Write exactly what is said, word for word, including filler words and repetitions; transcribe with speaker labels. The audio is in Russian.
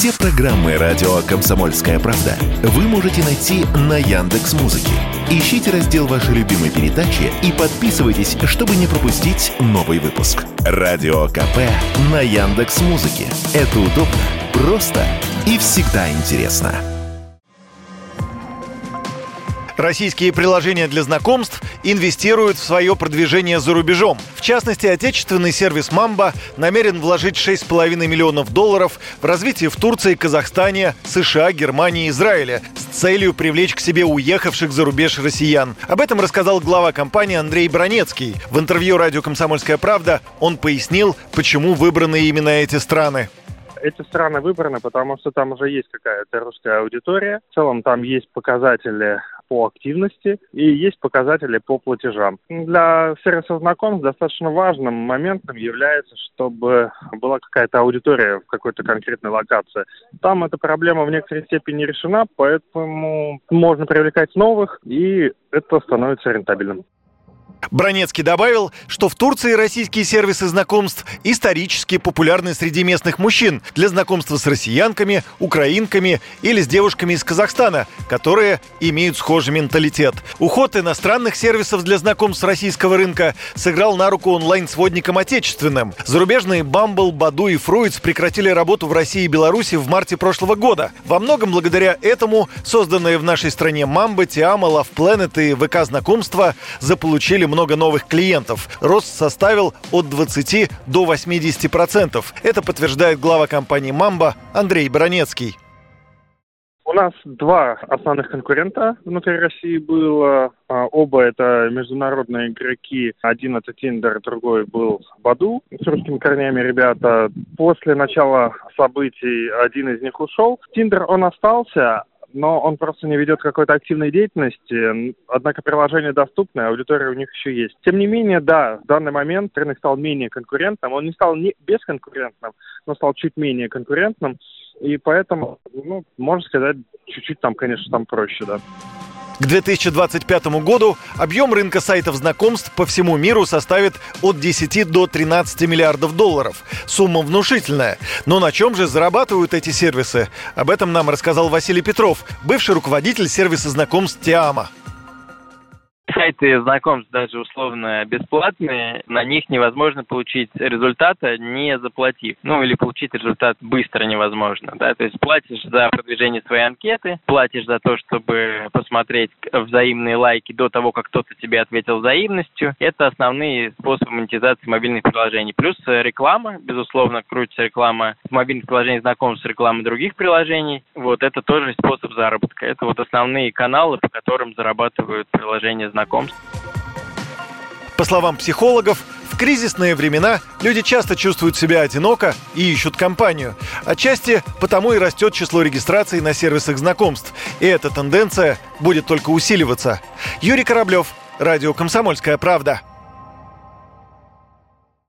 Speaker 1: Все программы радио «Комсомольская правда» вы можете найти на Яндекс.Музыке. Ищите раздел вашей любимой передачи и подписывайтесь, чтобы не пропустить новый выпуск. Радио КП на Яндекс.Музыке. Это удобно, просто и всегда интересно.
Speaker 2: Российские приложения для знакомств инвестируют в свое продвижение за рубежом. В частности, отечественный сервис Mambo намерен вложить шесть с половиной миллионов долларов в развитие в Турции, Казахстане, США, Германии и Израиле с целью привлечь к себе уехавших за рубеж россиян. Об этом рассказал глава компании Андрей Бронецкий. В интервью радио «Комсомольская правда» он пояснил, почему выбраны именно эти страны.
Speaker 3: Эти страны выбраны, потому что там уже есть какая-то русская аудитория. В целом там есть показатели по активности и есть показатели по платежам. Для сервисов знакомств достаточно важным моментом является, чтобы была какая-то аудитория в какой-то конкретной локации. Там эта проблема в некоторой степени решена, поэтому можно привлекать новых, и это становится рентабельным.
Speaker 2: Бронецкий добавил, что в Турции российские сервисы знакомств исторически популярны среди местных мужчин для знакомства с россиянками, украинками или с девушками из Казахстана, которые имеют схожий менталитет. Уход иностранных сервисов для знакомств с российского рынка сыграл на руку онлайн-сводникам отечественным. Зарубежные Bumble, Badoo и Fruits прекратили работу в России и Беларуси в марте прошлого года. Во многом благодаря этому созданные в нашей стране Mambo, Tiamo, Love Planet и ВК знакомства заполучили много новых клиентов. Рост составил от двадцати до восьмидесяти процентов. Это подтверждает глава компании Mambo Андрей Бронецкий.
Speaker 3: У нас два основных конкурента внутри России было. Оба это международные игроки. Один это Tinder, другой был Badoo. С русскими корнями ребята. После начала событий один из них ушел. Tinder он остался, но он просто не ведет какой-то активной деятельности, однако приложение доступное, аудитория у них еще есть. Тем не менее, да, в данный момент рынок стал менее конкурентным, он не стал не бесконкурентным, но стал чуть менее конкурентным, и поэтому, ну, можно сказать, чуть-чуть там, конечно, там проще, да.
Speaker 2: К две тысячи двадцать пятому году объем рынка сайтов знакомств по всему миру составит от десяти до тринадцати миллиардов долларов. Сумма внушительная. Но на чем же зарабатывают эти сервисы? Об этом нам рассказал Василий Петров, бывший руководитель сервиса знакомств Tiamo.
Speaker 4: Сайты знакомств даже условно бесплатные, на них невозможно получить результата, не заплатив. Ну, или получить результат быстро невозможно, да, то есть платишь за продвижение своей анкеты, платишь за то, чтобы посмотреть взаимные лайки до того, как кто-то тебе ответил взаимностью. Это основные способы монетизации мобильных приложений. Плюс реклама, безусловно, крутится реклама в мобильных приложениях знакомств с рекламой других приложений. Вот, это тоже способ заработка. Это вот основные каналы, по которым зарабатывают приложения знакомств.
Speaker 2: По словам психологов, в кризисные времена люди часто чувствуют себя одиноко и ищут компанию. Отчасти потому и растет число регистраций на сервисах знакомств. И эта тенденция будет только усиливаться. Юрий Кораблев, радио «Комсомольская правда».